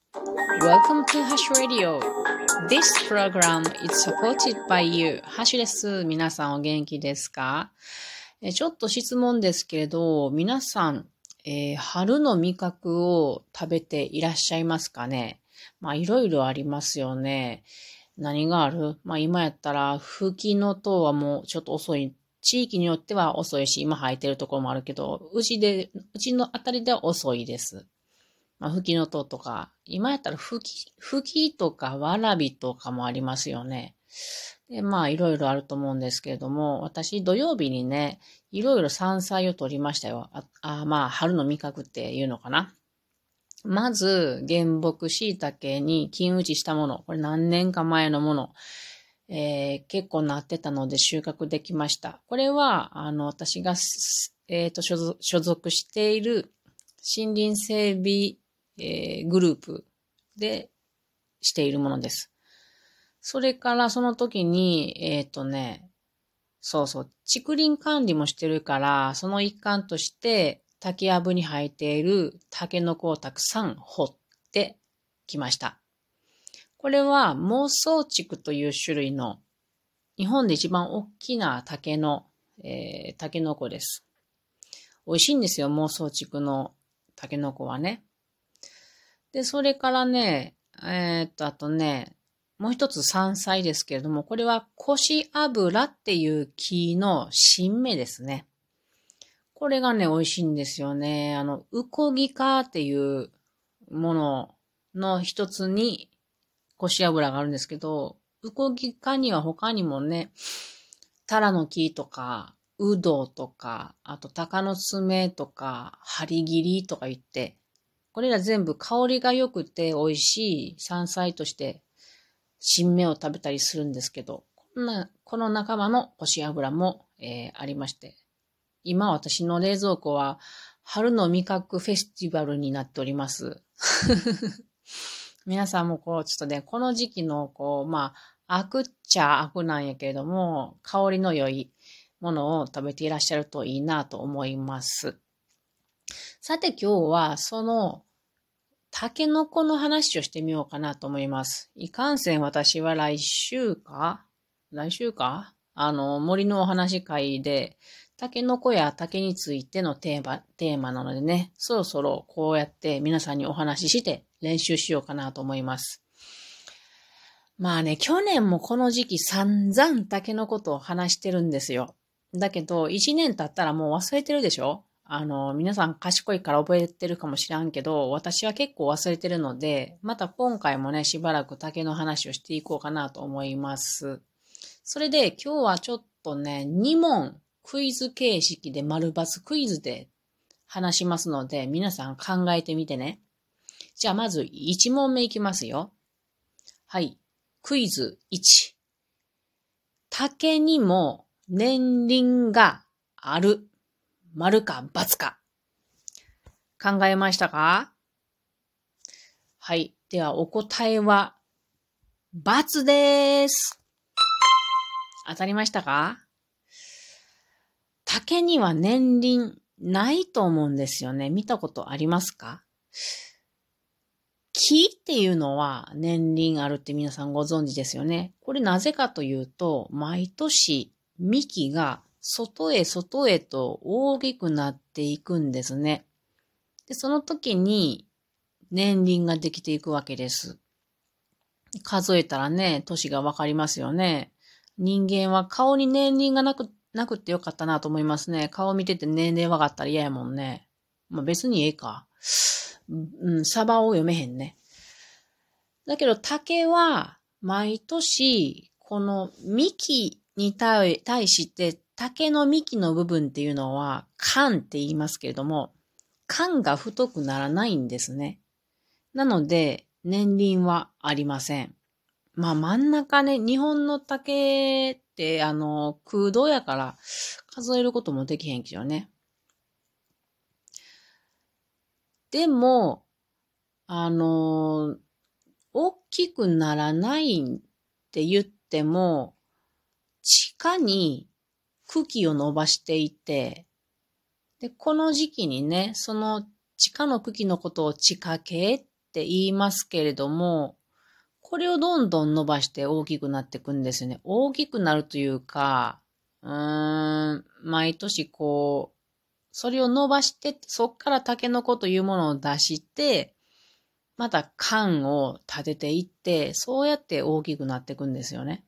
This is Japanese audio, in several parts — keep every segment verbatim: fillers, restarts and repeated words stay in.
Welcome to Hash Radio. This program is supported by you. ハッシュです。皆さんお元気ですか？えちょっと質問ですけれど、皆さん、えー春の味覚を食べていらっしゃいますかね？まあ、いろいろありますよね。何がある？まあ、今やったら、フキノトウはもうちょっと遅い。地域によっては遅いし、今生えてるところもあるけど、うちで、うちのあたりでは遅いです。まあ、フキノトウとか、今やったらフキ、フキとかワラビとかもありますよね。で、まあ、いろいろあると思うんですけれども、私、土曜日にね、いろいろ山菜を取りましたよ。あ、あまあ、春の味覚っていうのかな。まず、原木椎茸に金打ちしたもの。これ何年か前のもの。えー結構なってたので収穫できました。これは、あの、私がす、えっと、所属所属している森林整備、えーグループでしているものです。それからその時に、えっとね、そうそう、竹林管理もしてるから、その一環として、竹やぶに生えているタケノコをたくさん掘ってきました。これは孟宗竹という種類の日本で一番大きな竹の、えー、タケノコです。美味しいんですよ、孟宗竹のタケノコはね。で、それからね、えーっと、あとね、もう一つ山菜ですけれども、これは腰油っていう木の新芽ですね。これがね、美味しいんですよね。あの、ウコギ科っていうものの一つに腰油があるんですけど、ウコギ科には他にもね、タラの木とか、ウドとか、あと鷹の爪とか、ハリギリとか言って、これら全部香りが良くて美味しい山菜として新芽を食べたりするんですけど、こんな、この仲間の干し油も、えーありまして、今私の冷蔵庫は春の味覚フェスティバルになっております。皆さんもこう、ちょっとね、この時期のこう、まあ、アクっちゃアクなんやけれども、香りの良いものを食べていらっしゃるといいなと思います。さて今日はそのタケノコの話をしてみようかなと思います。いかんせん私は来週か来週かあの、森のお話会で、タケノコや竹についてのテーマ、テーマなのでね、そろそろこうやって皆さんにお話しして練習しようかなと思います。まあね、去年もこの時期散々竹のことを話してるんですよ。だけど、一年経ったらもう忘れてるでしょ？あの、皆さん賢いから覚えてるかもしらんけど、私は結構忘れてるので、また今回もね、しばらく竹の話をしていこうかなと思います。それで今日はちょっとね、に問クイズ形式で丸抜クイズで話しますので、皆さん考えてみてね。じゃあまずいち問目いきますよ。はい。クイズいち。竹にも年輪がある。丸か×か。考えましたか？はい。ではお答えは×です。当たりましたか？竹には年輪ないと思うんですよね。見たことありますか？木っていうのは年輪あるって皆さんご存知ですよね。これなぜかというと、毎年幹が外へ外へと大きくなっていくんですね。で、その時に年輪ができていくわけです。数えたらね、年がわかりますよね。人間は顔に年輪がなく、なくってよかったなと思いますね。顔見てて年齢わかったら嫌やもんね。まあ別にええか。うん、サバを読めへんね。だけど竹は毎年この幹に対して竹の幹の部分っていうのは幹って言いますけれども、幹が太くならないんですね。なので年輪はありません。まあ真ん中ね、日本の竹ってあの空洞やから数えることもできへんけどね。でも、あの、大きくならないって言っても、地下に茎を伸ばしていて、で、この時期にね、その地下の茎のことを地下茎っって言いますけれども、これをどんどん伸ばして大きくなっていくんですよね。大きくなるというか、うーん、毎年こう、それを伸ばして、そっからタケノコというものを出して、また缶を立てていって、そうやって大きくなっていくんですよね。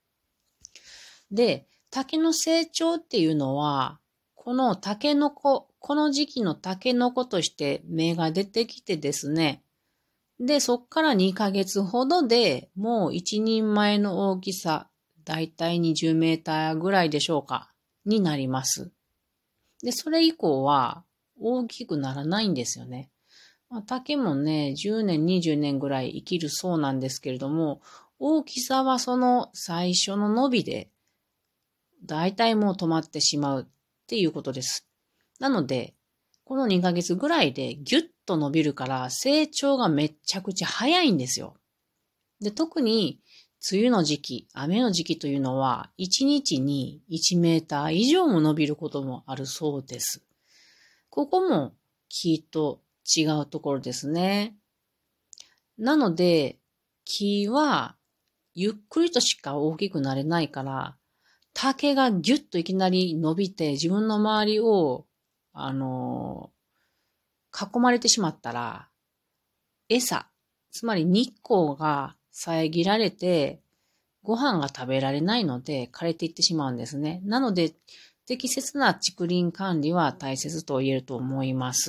で、竹の成長っていうのは、このタケノコ、この時期のタケノコとして芽が出てきてですね、で、そっからにかげつほどでもう一人前の大きさ、だいたいにじゅうメーターぐらいでしょうか、になります。で、それ以降は大きくならないんですよね。まあ、竹もね、じゅうねん、にじゅうねんぐらい生きるそうなんですけれども、大きさはその最初の伸びで、だいたいもう止まってしまうっていうことです。なので、このにかげつぐらいでギュッと伸びるから成長がめっちゃくちゃ早いんですよ。で、特に梅雨の時期、雨の時期というのは、いちにちにいちメーター以上も伸びることもあるそうです。ここも木と違うところですね。なので、木はゆっくりとしか大きくなれないから、竹がギュッといきなり伸びて自分の周りを、あのー、囲まれてしまったら、餌、つまり日光が遮られて、ご飯が食べられないので枯れていってしまうんですね。なので、適切な竹林管理は大切と言えると思います。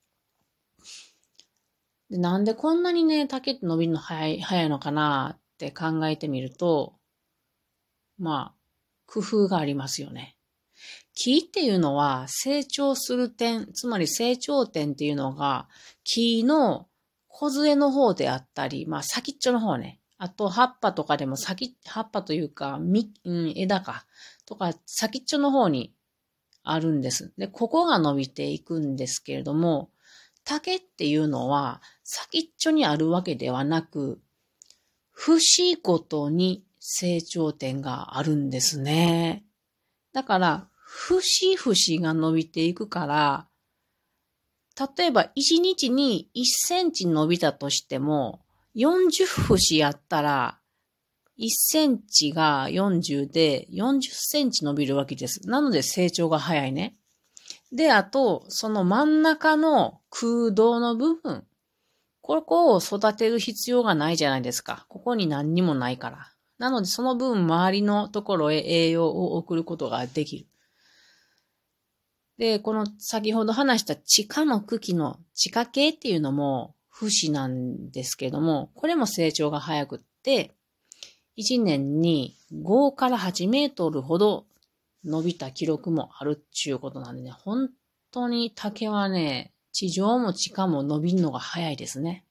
で、なんでこんなにね、竹って伸びるの早い、早いのかなって考えてみると、まあ、工夫がありますよね。木っていうのは成長する点、つまり成長点っていうのが木の梢の方であったり、まあ先っちょの方ね。あと葉っぱとかでも先、葉っぱというか、み、うん、枝か、とか先っちょの方にあるんです。で、ここが伸びていくんですけれども、竹っていうのは先っちょにあるわけではなく、節ごとに成長点があるんですね。だから、節々が伸びていくから、例えばいちにちにいっセンチ伸びたとしても、よんじゅう節やったら、いっセンチがよんじゅうでよんじゅっセンチ伸びるわけです。なので成長が早いね。で、あと、その真ん中の空洞の部分。ここを育てる必要がないじゃないですか。ここに何にもないから。なので、その分周りのところへ栄養を送ることができる。で、この先ほど話した地下の茎の地下系っていうのも節なんですけども、これも成長が早くって、いちねんにごからはちメートルほど伸びた記録もあるっていうことなんでね、本当に竹はね、地上も地下も伸びるのが早いですね。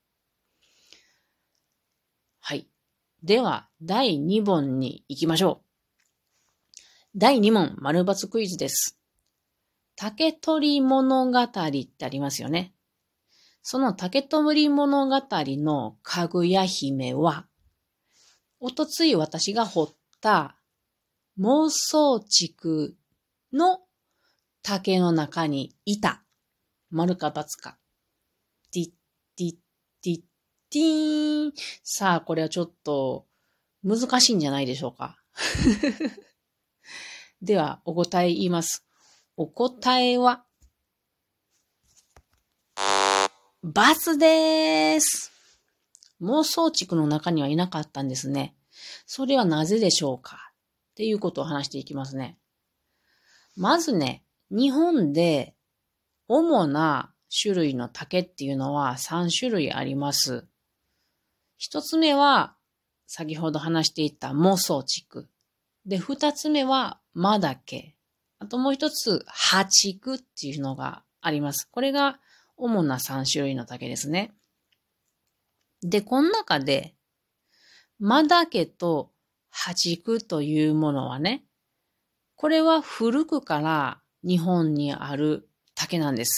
はい。では、だいに問に行きましょう。だいに問、丸抜クイズです。竹取物語ってありますよね。その竹取物語のかぐや姫は、おとつい私が掘った妄想地区の竹の中にいた。丸か×か。ティッティッティッティーン。さあ、これはちょっと難しいんじゃないでしょうか。では、お答え言います。お答えは、バツでーす。妄想地区の中にはいなかったんですね。それはなぜでしょうかっていうことを話していきますね。まずね、日本で主な種類の竹っていうのはさん種類あります。一つ目は、先ほど話していた妄想地区。で、二つ目はマダケ。あともう一つ、ハチクっていうのがあります。これが主なさん種類の竹ですね。で、この中で、マダケとハチクというものはね、これは古くから日本にある竹なんです。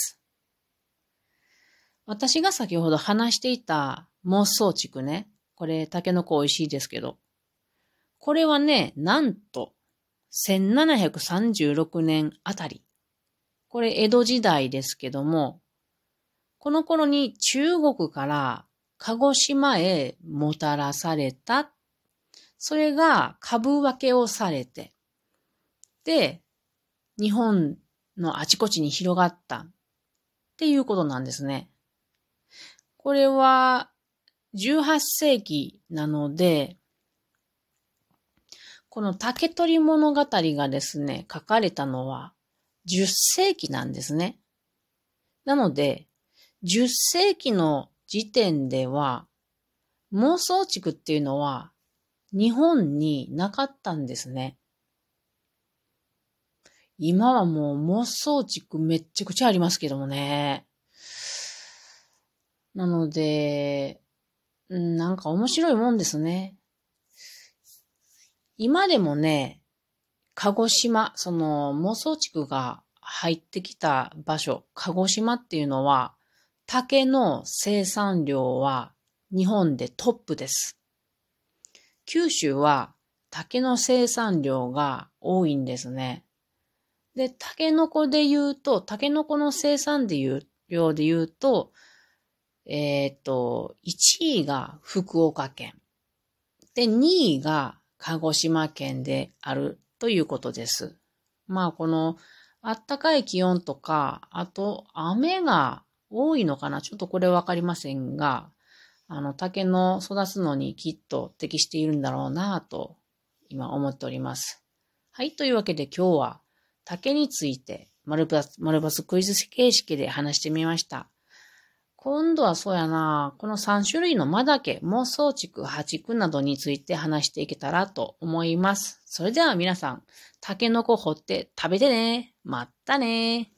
私が先ほど話していた妄想竹ね、これ竹の子美味しいですけど、これはね、なんとせんななひゃくさんじゅうろくねんあたり、これ江戸時代ですけども、この頃に中国から鹿児島へもたらされた。それが株分けをされて、で、日本のあちこちに広がったっていうことなんですね。これはじゅうはっせいきなので、この竹取物語がですね、書かれたのはじゅっせいきなんですね。なので、じゅっせいきの時点では、孟宗竹っていうのは日本になかったんですね。今はもう孟宗竹めっちゃくちゃありますけどもね。なので、なんか面白いもんですね。今でもね、鹿児島、その孟宗竹が入ってきた場所、鹿児島っていうのは、竹の生産量は日本でトップです。九州は竹の生産量が多いんですね。で、タケノコで言うと、タケノコの生産で言う、量で言うと、えっと、いちいが福岡県。で、にいが鹿児島県であるということです。まあ、この、あったかい気温とか、あと、雨が多いのかなちょっとこれわかりませんが、あの、竹の育つのにきっと適しているんだろうなと、今思っております。はい、というわけで今日は、竹について、丸バス、丸バスクイズ形式で話してみました。今度はそうやな、このさんしゅるいのマダケ、孟宗竹、葉竹などについて話していけたらと思います。それでは皆さん、タケノコ掘って食べてね。まったね。